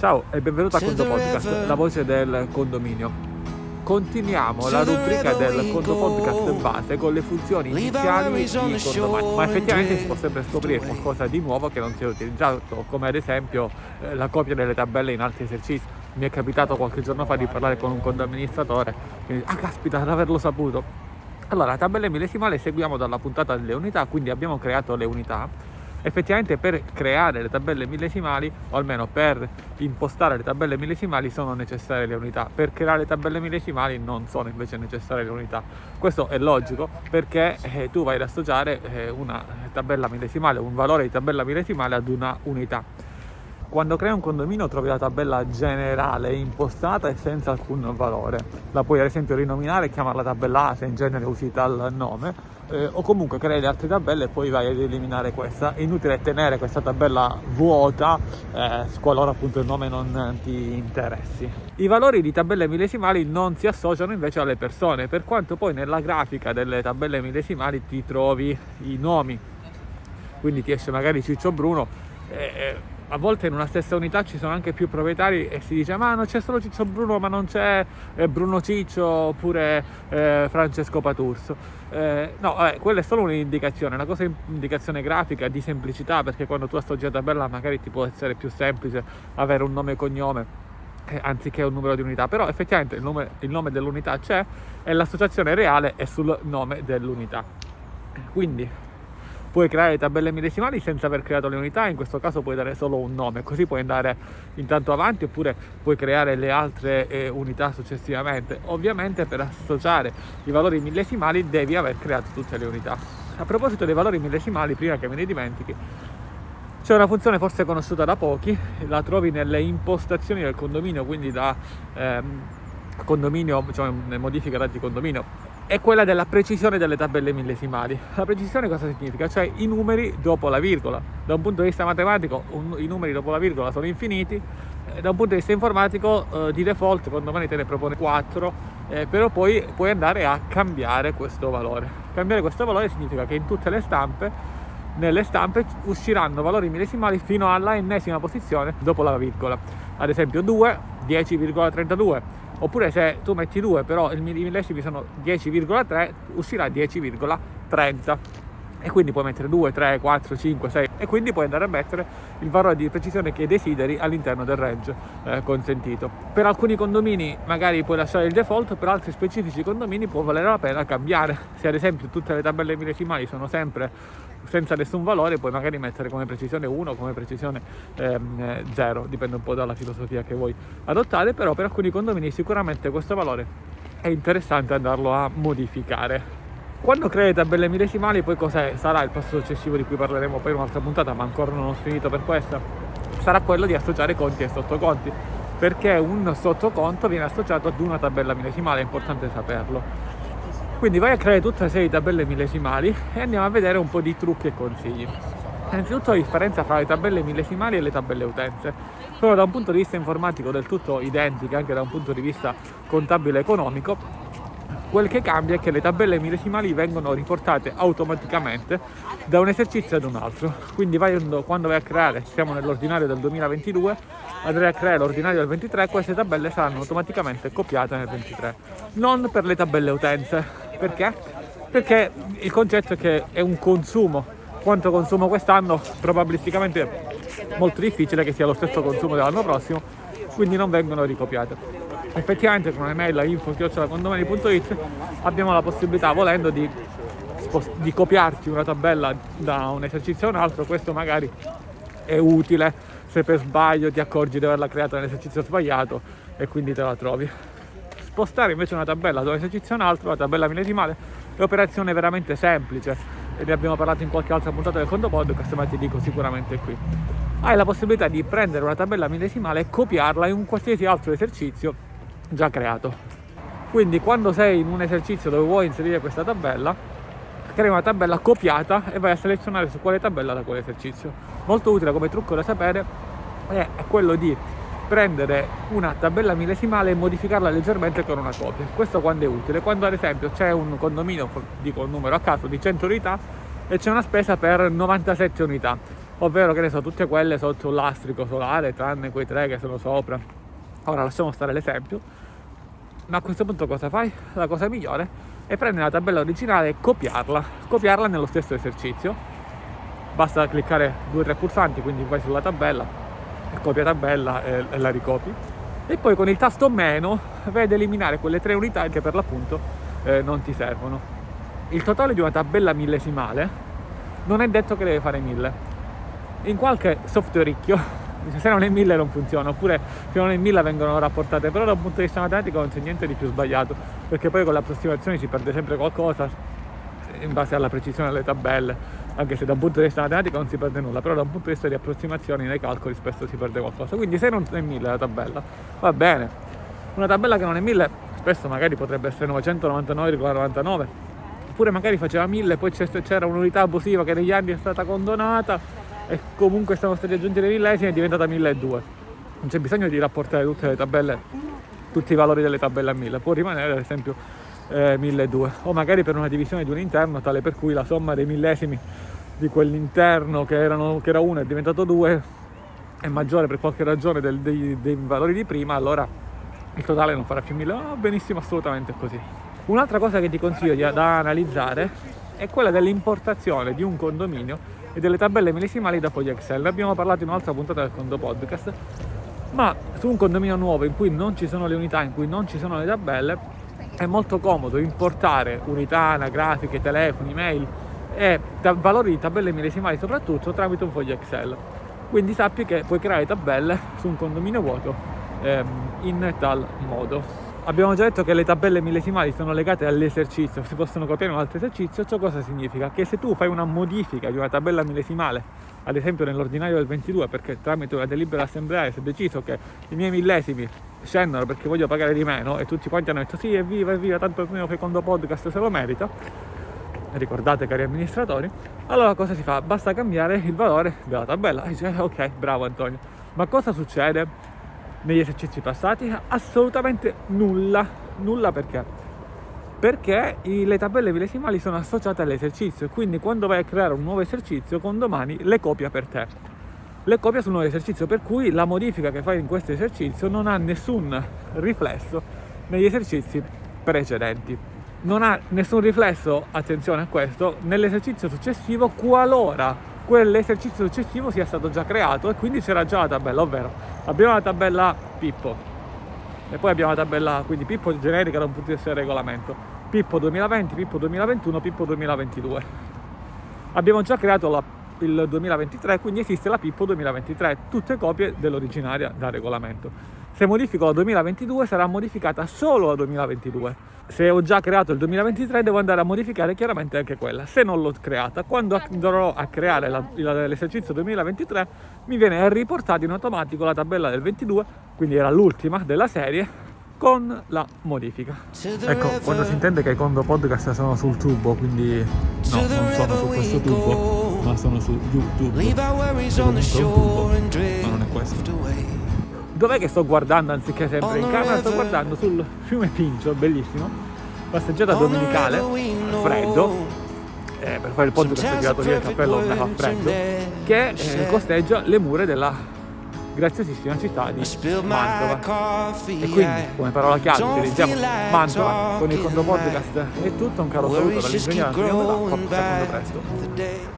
Ciao e benvenuto a Conto Podcast, la voce del condominio. Continuiamo la rubrica del Conto Podcast base con le funzioni iniziali di Condomani, ma effettivamente si può sempre scoprire qualcosa di nuovo che non si è utilizzato, come ad esempio la copia delle tabelle in altri esercizi. Mi è capitato qualche giorno fa di parlare con un condoamministratore che mi dice: caspita, ad averlo saputo. Allora, tabelle millesimali seguiamo dalla puntata delle unità, quindi abbiamo creato le unità. Effettivamente per creare le tabelle millesimali, o almeno per impostare le tabelle millesimali, sono necessarie le unità. Per creare le tabelle millesimali non sono invece necessarie le unità. Questo è logico perché tu vai ad associare una tabella millesimale, un valore di tabella millesimale ad una unità. Quando crei un condominio trovi la tabella generale impostata e senza alcun valore. La puoi ad esempio rinominare e chiamarla tabella A se in genere usi tal nome, o comunque crei le altre tabelle e poi vai ad eliminare questa. È inutile tenere questa tabella vuota qualora appunto il nome non ti interessi. I valori di tabelle millesimali non si associano invece alle persone, per quanto poi nella grafica delle tabelle millesimali ti trovi i nomi. Quindi ti esce magari Ciccio Bruno. A volte in una stessa unità ci sono anche più proprietari e si dice: ma non c'è solo Ciccio Bruno, ma non c'è Bruno Ciccio oppure Francesco Paturso. Quella è solo un'indicazione, una cosa indicazione grafica di semplicità, perché quando tu associai la tabella magari ti può essere più semplice avere un nome e cognome anziché un numero di unità, però effettivamente il nome dell'unità c'è e l'associazione reale è sul nome dell'unità. Quindi puoi creare tabelle millesimali senza aver creato le unità, in questo caso puoi dare solo un nome, così puoi andare intanto avanti, oppure puoi creare le altre unità successivamente. Ovviamente per associare i valori millesimali devi aver creato tutte le unità. A proposito dei valori millesimali, prima che me ne dimentichi, c'è una funzione forse conosciuta da pochi, la trovi nelle impostazioni del condominio, quindi da condominio, cioè modifica dati condominio, è quella della precisione delle tabelle millesimali. La precisione cosa significa? Cioè i numeri dopo la virgola. Da un punto di vista matematico i numeri dopo la virgola sono infiniti, da un punto di vista informatico di default Condomani te ne propone 4, però poi puoi andare a cambiare questo valore. Cambiare questo valore significa che in tutte le stampe, nelle stampe usciranno valori millesimali fino alla ennesima posizione dopo la virgola. Ad esempio 2, 10,32. Oppure se tu metti 2 però i millesimi sono 10,3, uscirà 10,30. E quindi puoi mettere 2, 3, 4, 5, 6 e quindi puoi andare a mettere il valore di precisione che desideri all'interno del range consentito. Per alcuni condomini magari puoi lasciare il default, per altri specifici condomini può valere la pena cambiare. Se ad esempio tutte le tabelle millesimali sono sempre senza nessun valore, puoi magari mettere come precisione 1, come precisione 0, dipende un po' dalla filosofia che vuoi adottare, però per alcuni condomini sicuramente questo valore è interessante andarlo a modificare. Quando crei tabelle millesimali, poi cos'è? Sarà il passo successivo di cui parleremo poi in un'altra puntata, ma ancora non ho finito per questa. Sarà quello di associare conti e sottoconti, perché un sottoconto viene associato ad una tabella millesimale, è importante saperlo. Quindi vai a creare tutta una serie di tabelle millesimali e andiamo a vedere un po' di trucchi e consigli. Innanzitutto la differenza fra le tabelle millesimali e le tabelle utenze. Sono da un punto di vista informatico del tutto identiche, anche da un punto di vista contabile e economico. Quel che cambia è che le tabelle millesimali vengono riportate automaticamente da un esercizio ad un altro. Quindi quando vai a creare, siamo nell'ordinario del 2022, andrai a creare l'ordinario del 23, queste tabelle saranno automaticamente copiate nel 23. Non per le tabelle utenze. Perché? Perché il concetto è che è un consumo. Quanto consumo quest'anno? Probabilisticamente è molto difficile che sia lo stesso consumo dell'anno prossimo, quindi non vengono ricopiate. Effettivamente con un'email a info@condomani.it abbiamo la possibilità, volendo, di copiarci una tabella da un esercizio a un altro. Questo magari è utile se per sbaglio ti accorgi di averla creata nell'esercizio sbagliato e quindi te la trovi. Spostare invece una tabella da un esercizio a un altro, la tabella millesimale, è un'operazione veramente semplice e ne abbiamo parlato in qualche altra puntata del Conto Podcast, ma ti dico sicuramente qui. Hai la possibilità di prendere una tabella millesimale e copiarla in un qualsiasi altro esercizio già creato. Quindi quando sei in un esercizio dove vuoi inserire questa tabella, crei una tabella copiata e vai a selezionare su quale tabella da quell'esercizio. Molto utile come trucco da sapere è quello di prendere una tabella millesimale e modificarla leggermente con una copia. Questo quando è utile? Quando ad esempio c'è un condominio, dico un numero a caso, di 100 unità e c'è una spesa per 97 unità. ovvero che ne so, tutte quelle sotto un lastrico solare, tranne quei 3 che sono sopra. Ora lasciamo stare l'esempio, ma a questo punto cosa fai? La cosa migliore è prendere la tabella originale e copiarla nello stesso esercizio. Basta cliccare 2 o 3 pulsanti, quindi vai sulla tabella, copia tabella e la ricopi, e poi con il tasto meno vai ad eliminare quelle 3 unità che per l'appunto non ti servono. Il totale di una tabella millesimale non è detto che deve fare 1000. In qualche software ricchio, se non è 1000 non funziona, oppure se non è 1000 vengono rapportate, però da un punto di vista matematico non c'è niente di più sbagliato, perché poi con le approssimazioni si perde sempre qualcosa in base alla precisione delle tabelle, anche se da un punto di vista matematico non si perde nulla, però da un punto di vista di approssimazioni nei calcoli spesso si perde qualcosa. Quindi se non è 1000 la tabella, va bene. Una tabella che non è 1000 spesso magari potrebbe essere 999,99, oppure magari faceva 1000 e poi c'era un'unità abusiva che negli anni è stata condonata e comunque sono stati aggiunti le millesimi e è diventata 1200. Non c'è bisogno di rapportare tutte le tabelle, tutti i valori delle tabelle a 1000, può rimanere ad esempio 1200, o magari per una divisione di un interno tale per cui la somma dei millesimi di quell'interno che era 1 è diventato 2 è maggiore per qualche ragione dei valori di prima, allora il totale non farà più 1000. Va benissimo, assolutamente così. Un'altra cosa che ti consiglio da analizzare è quella dell'importazione di un condominio e delle tabelle millesimali da fogli Excel. Ne abbiamo parlato in un'altra puntata del Condo Podcast, ma su un condominio nuovo in cui non ci sono le unità, in cui non ci sono le tabelle, è molto comodo importare unità anagrafiche, telefoni, mail e valori di tabelle millesimali soprattutto tramite un foglio Excel. Quindi sappi che puoi creare tabelle su un condominio vuoto in tal modo. Abbiamo già detto che le tabelle millesimali sono legate all'esercizio, si possono copiare in un altro esercizio. Ciò cosa significa? Che se tu fai una modifica di una tabella millesimale, ad esempio nell'ordinario del 22, perché tramite una delibera assembleare si è deciso che i miei millesimi scendono perché voglio pagare di meno e tutti quanti hanno detto sì, evviva, tanto il mio fecondo podcast se lo merita, ricordate cari amministratori, allora cosa si fa? Basta cambiare il valore della tabella. E dice, ok, bravo Antonio. Ma cosa succede negli esercizi passati? Assolutamente nulla. Perché? Perché le tabelle millesimali sono associate all'esercizio, quindi quando vai a creare un nuovo esercizio con domani le copia per te, le copia sul nuovo esercizio, per cui la modifica che fai in questo esercizio non ha nessun riflesso negli esercizi precedenti, non ha nessun riflesso, attenzione a questo, nell'esercizio successivo, qualora quell'esercizio successivo sia stato già creato e quindi c'era già la tabella, ovvero abbiamo la tabella Pippo e poi abbiamo la tabella, quindi Pippo generica da un punto di vista del regolamento, Pippo 2020, Pippo 2021, Pippo 2022. Abbiamo già creato il 2023, quindi esiste la Pippo 2023, tutte copie dell'originaria da regolamento. Se modifico la 2022 sarà modificata solo la 2022. Se ho già creato il 2023 devo andare a modificare chiaramente anche quella. Se non l'ho creata, quando andrò a creare l'esercizio 2023 mi viene riportata in automatico la tabella del 22, quindi era l'ultima della serie, con la modifica. Ecco, quando si intende che i Condo Podcast sono sul tubo, quindi no, non sono su questo tubo, ma sono su YouTube, che comunque è un tubo, ma non è questo. Dov'è che sto guardando anziché sempre in camera? Sto guardando sul fiume Pincio, bellissimo, passeggiata domenicale, freddo, per fare il podcast ho tirato via il cappello, andava freddo, che costeggia le mura della graziosissima città di Mantova. E quindi, come parola chiave, utilizziamo Mantova con il Condo Podcast. È tutto, un caro saluto dall'ingegnere Antonio Dell'Acqua, a presto.